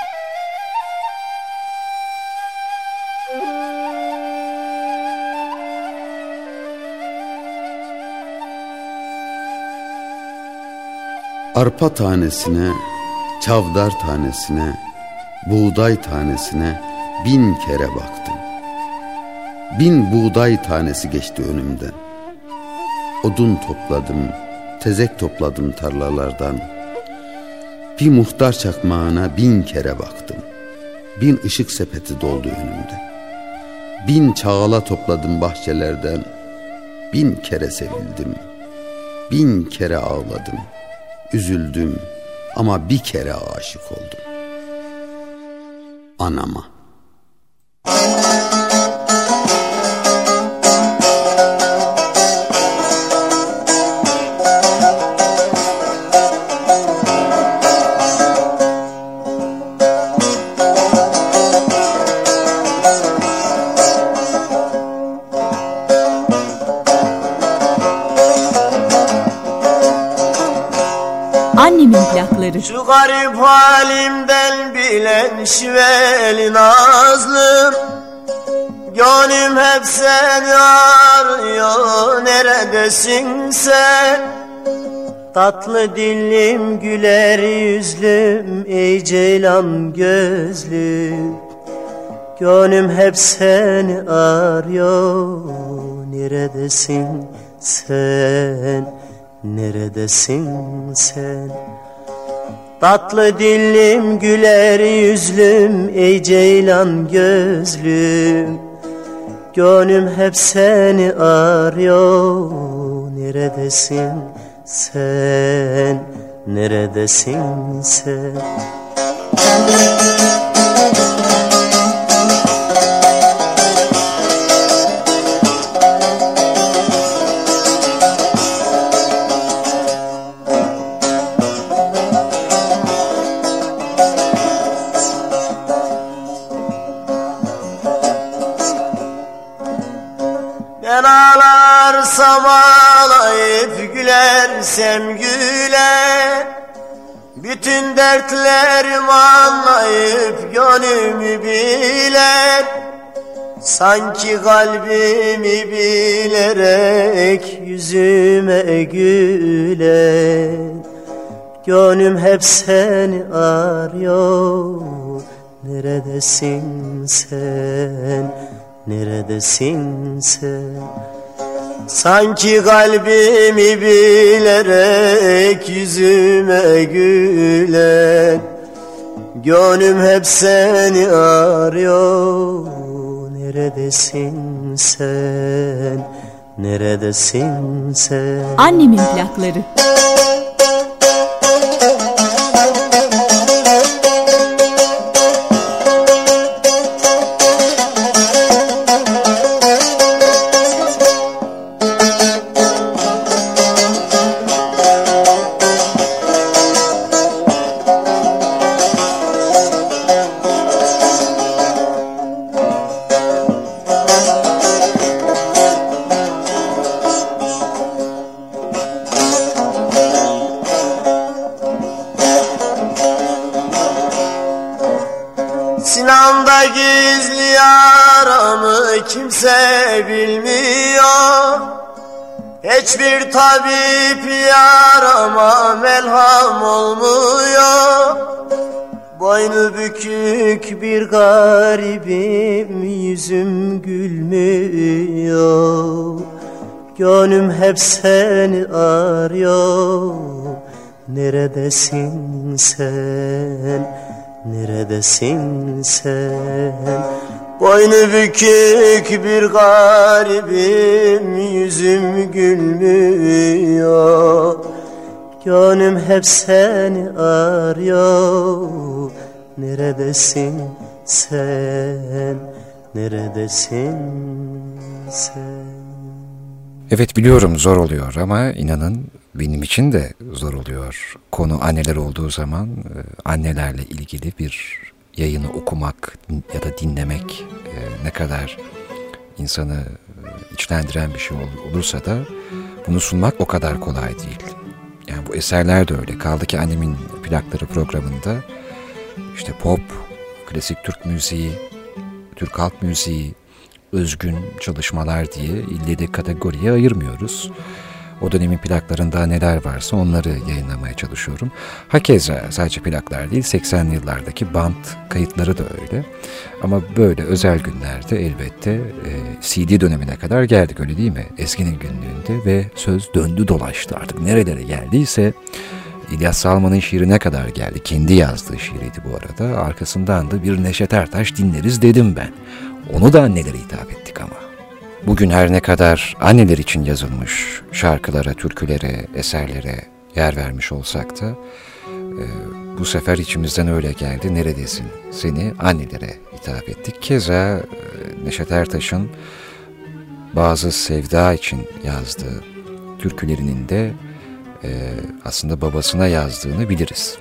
Arpa tanesine, çavdar tanesine, buğday tanesine bin kere baktım. Bin buğday tanesi geçti önümden. Odun topladım, tezek topladım tarlalardan. Bir muhtar çakmağına bin kere baktım. Bin ışık sepeti doldu önümde. Bin çağla topladım bahçelerden. Bin kere sevildim, bin kere ağladım. Üzüldüm ama bir kere aşık oldum. Anama. Annemin plakları. Şu garip halimden bilen şiveli nazlım, gönlüm hep seni arıyor, neredesin sen? Tatlı dillim, güler yüzlüm, ey ceylan gözlüm, gönlüm hep seni arıyor, neredesin sen? Neredesin sen? Tatlı dillim, güler yüzlüm, ey ceylan gözlüm, gönlüm hep seni arıyor, neredesin sen? Neredesin sen? Ben ağlarsam ağlayıp gülersem güler, bütün dertlerimi anlayıp gönlümü biler, sanki kalbimi bilerek yüzüme güler. Gönlüm hep seni arıyor, neredesin sen, neredesin sen? Sanki kalbimi bilerek yüzüme gülen, gönlüm hep seni arıyor, neredesin sen, neredesin sen? Annemin plakları. Sinamda gizli yaramı kimse bilmiyor, hiçbir tabip yarama melham olmuyor. Boynu bükük bir garibim, yüzüm gülmüyor. Gönlüm hep seni arıyor, neredesin sen, neredesin sen? Boynu bükük bir garibim, yüzüm gülmüyor. Gönlüm hep seni arıyor, neredesin sen, neredesin sen? Evet, biliyorum zor oluyor ama inanın benim için de zor oluyor. Konu anneler olduğu zaman annelerle ilgili bir yayını okumak ya da dinlemek ne kadar insanı içlendiren bir şey olursa da bunu sunmak o kadar kolay değil. Yani bu eserler de öyle. Kaldı ki annemin plakları programında işte pop, klasik Türk müziği, Türk halk müziği, özgün çalışmalar diye ille de kategoriye ayırmıyoruz. O dönemin plaklarında neler varsa onları yayınlamaya çalışıyorum. Hakeza sadece plaklar değil, seksenli yıllardaki band kayıtları da öyle. Ama böyle özel günlerde elbette e, C D dönemine kadar geldik, öyle değil mi? Ezgi'nin günlüğünde ve söz döndü dolaştı, artık nerelere geldiyse. İlyas Salman'ın şiirine kadar geldi. Kendi yazdığı şiiriydi bu arada. Arkasından da bir Neşet Ertaş dinleriz dedim ben. Onu da annelere hitap ettik ama. Bugün her ne kadar anneler için yazılmış şarkılara, türkülere, eserlere yer vermiş olsak da e, bu sefer içimizden öyle geldi. Neredesin? Seni annelere hitap ettik. Keza e, Neşet Ertaş'ın bazı sevda için yazdığı türkülerinin de e, aslında babasına yazdığını biliriz.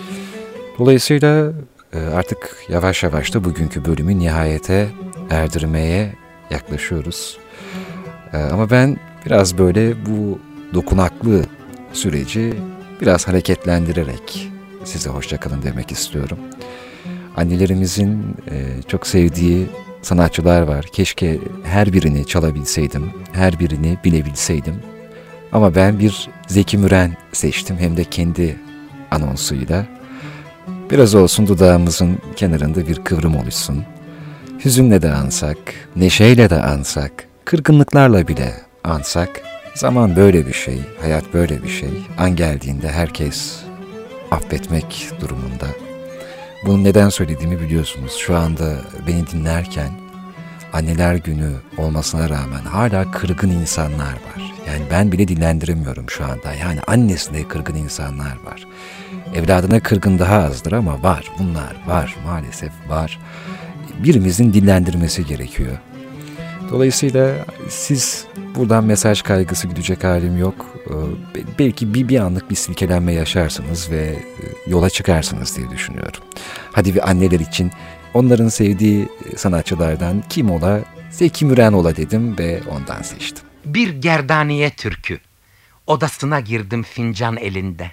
Dolayısıyla e, artık yavaş yavaş da bugünkü bölümü nihayete erdirmeye yaklaşıyoruz. Ee, ama ben biraz böyle bu dokunaklı süreci biraz hareketlendirerek size hoşça kalın demek istiyorum. Annelerimizin e, çok sevdiği sanatçılar var. Keşke her birini çalabilseydim, her birini bilebilseydim. Ama ben bir Zeki Müren seçtim, hem de kendi anonsuyla. Biraz olsun dudağımızın kenarında bir kıvrım oluşsun. Hüzünle de ansak, neşeyle de ansak, kırgınlıklarla bile ansak, zaman böyle bir şey, hayat böyle bir şey. An geldiğinde herkes affetmek durumunda. Bunu neden söylediğimi biliyorsunuz. Şu anda beni dinlerken Anneler Günü olmasına rağmen hala kırgın insanlar var. Yani ben bile dillendiremiyorum şu anda. Yani annesine kırgın insanlar var. Evladına kırgın daha azdır ama var. Bunlar var, maalesef var. Birimizin dillendirmesi gerekiyor. Dolayısıyla siz buradan mesaj kaygısı güdecek halim yok. Belki bir, bir anlık bir silkelenme yaşarsınız ve yola çıkarsınız diye düşünüyorum. Hadi bir anneler için onların sevdiği sanatçılardan kim ola Zeki Müren ola dedim ve ondan seçtim. Bir Gerdaniye türkü. Odasına girdim fincan elinde.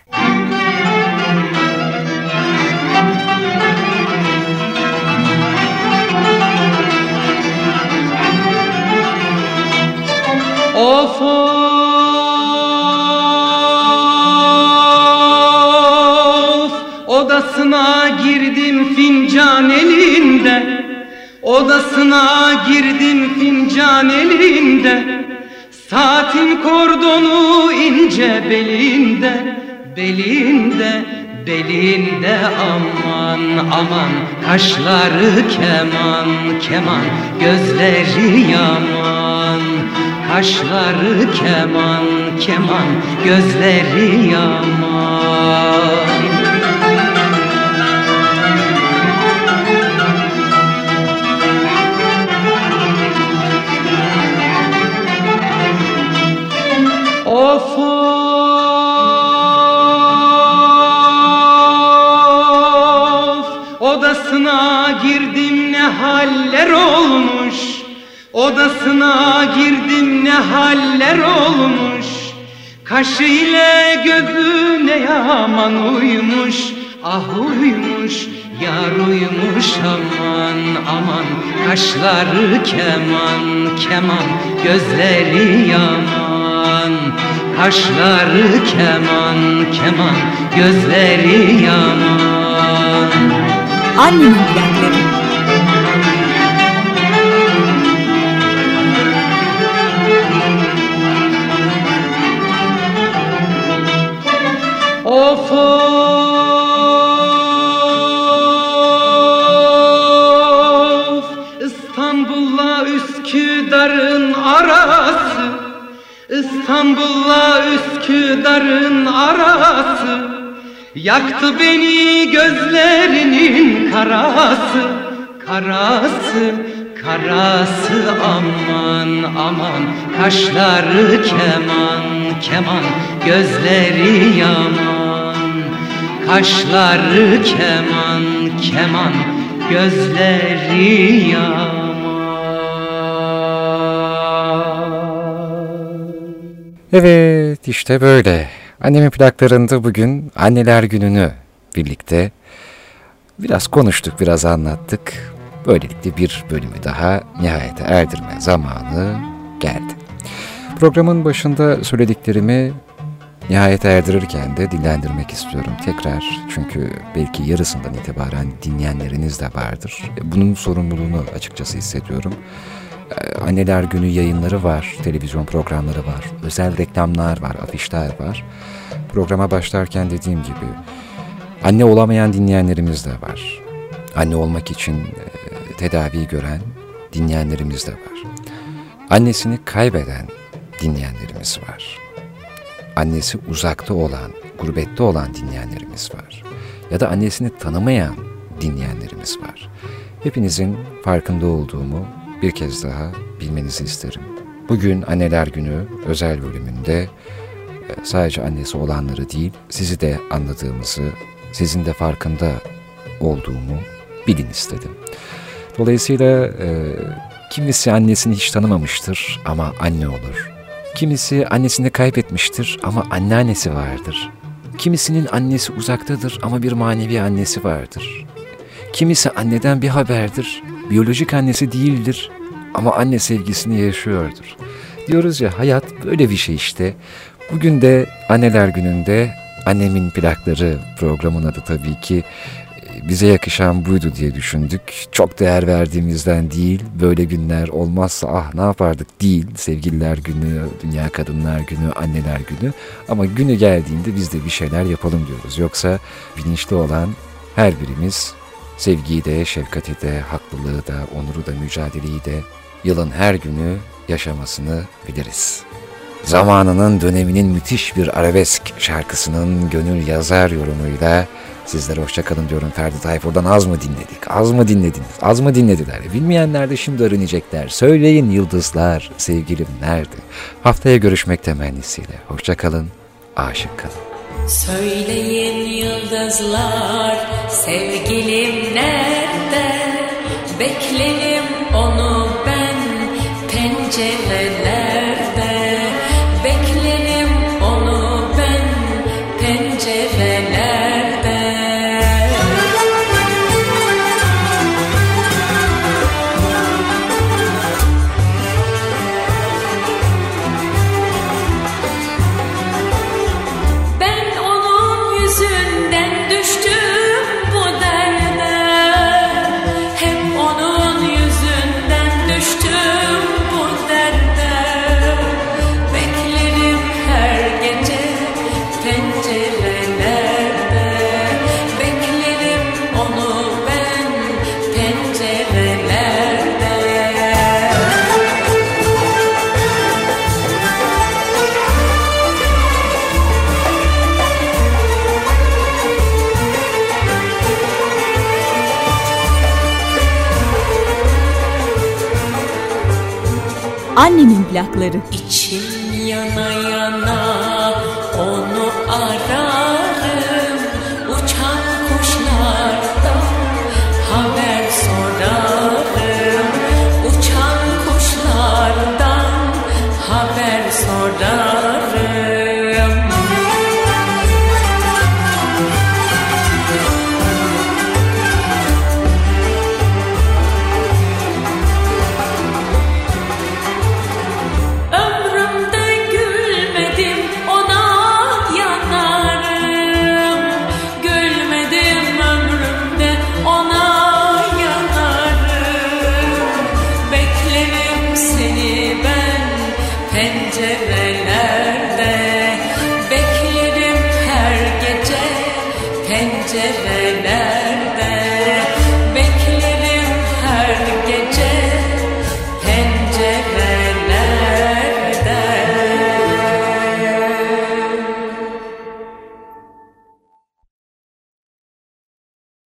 Of of, odasına girdim fincan elinde, odasına girdim fincan elinde, saatin kordonu ince belinde, belinde, belinde aman aman, kaşları keman keman, gözleri yaman. Kaşları keman keman, gözleri yaman. Of of, odasına girdim ne haller olmuş. Odasına girdim ne haller olmuş. Kaşı ile gözü ne yaman uymuş. Ah uymuş, yar uymuş aman aman. Kaşları keman keman, gözleri yaman. Kaşları keman keman, gözleri yaman. Annemin plakları. Of of, İstanbul'la Üsküdar'ın arası, İstanbul'la Üsküdar'ın arası, yaktı beni gözlerinin karası, karası, karası aman aman. Kaşları keman keman, gözleri yaman. Kaşları keman keman, gözleri yaman. Evet, işte böyle. Annemin plaklarında bugün Anneler Günü'nü birlikte biraz konuştuk, biraz anlattık. Böylelikle bir bölümü daha nihayete erdirme zamanı geldi. Programın başında söylediklerimi nihayete erdirirken de dillendirmek istiyorum tekrar. Çünkü belki yarısından itibaren dinleyenleriniz de vardır. Bunun sorumluluğunu açıkçası hissediyorum. Anneler Günü yayınları var, televizyon programları var, özel reklamlar var, afişler var. Programa başlarken dediğim gibi anne olamayan dinleyenlerimiz de var. Anne olmak için tedavi gören dinleyenlerimiz de var. Annesini kaybeden dinleyenlerimiz var. Annesi uzakta olan, gurbette olan dinleyenlerimiz var. Ya da annesini tanımayan dinleyenlerimiz var. Hepinizin farkında olduğumu bir kez daha bilmenizi isterim. Bugün Anneler Günü özel bölümünde sadece annesi olanları değil, sizi de anladığımızı, sizin de farkında olduğumu bilin istedim. Dolayısıyla e, kimisi annesini hiç tanımamıştır ama anne olur. Kimisi annesini kaybetmiştir ama anneannesi vardır. Kimisinin annesi uzaktadır ama bir manevi annesi vardır. Kimisi anneden bir haberdir, biyolojik annesi değildir ama anne sevgisini yaşıyordur. Diyoruz ya, hayat böyle bir şey işte. Bugün de Anneler Günü'nde Annemin Plakları, programın adı tabii ki, bize yakışan buydu diye düşündük. Çok değer verdiğimizden değil, böyle günler olmazsa ah ne yapardık değil. Sevgililer Günü, Dünya Kadınlar Günü, Anneler Günü. Ama günü geldiğinde biz de bir şeyler yapalım diyoruz. Yoksa bilinçli olan her birimiz sevgiyi de, şefkati de, haklılığı da, onuru da, mücadeleyi de yılın her günü yaşamasını biliriz. Zamanının, döneminin müthiş bir arabesk şarkısının gönül yazar yorumuyla sizlere hoşça kalın diyorum. Ferdi Tayfur'dan az mı dinledik? Az mı dinlediniz? Az mı dinlediler? Bilmeyenler de şimdi öğrenecekler. Söyleyin yıldızlar, sevgilim nerede? Haftaya görüşmek temennisiyle. Hoşça kalın, aşık kalın. Söyleyin yıldızlar, sevgilim nerede? Beklerim onu ben Annemin plakları. İçim yana yana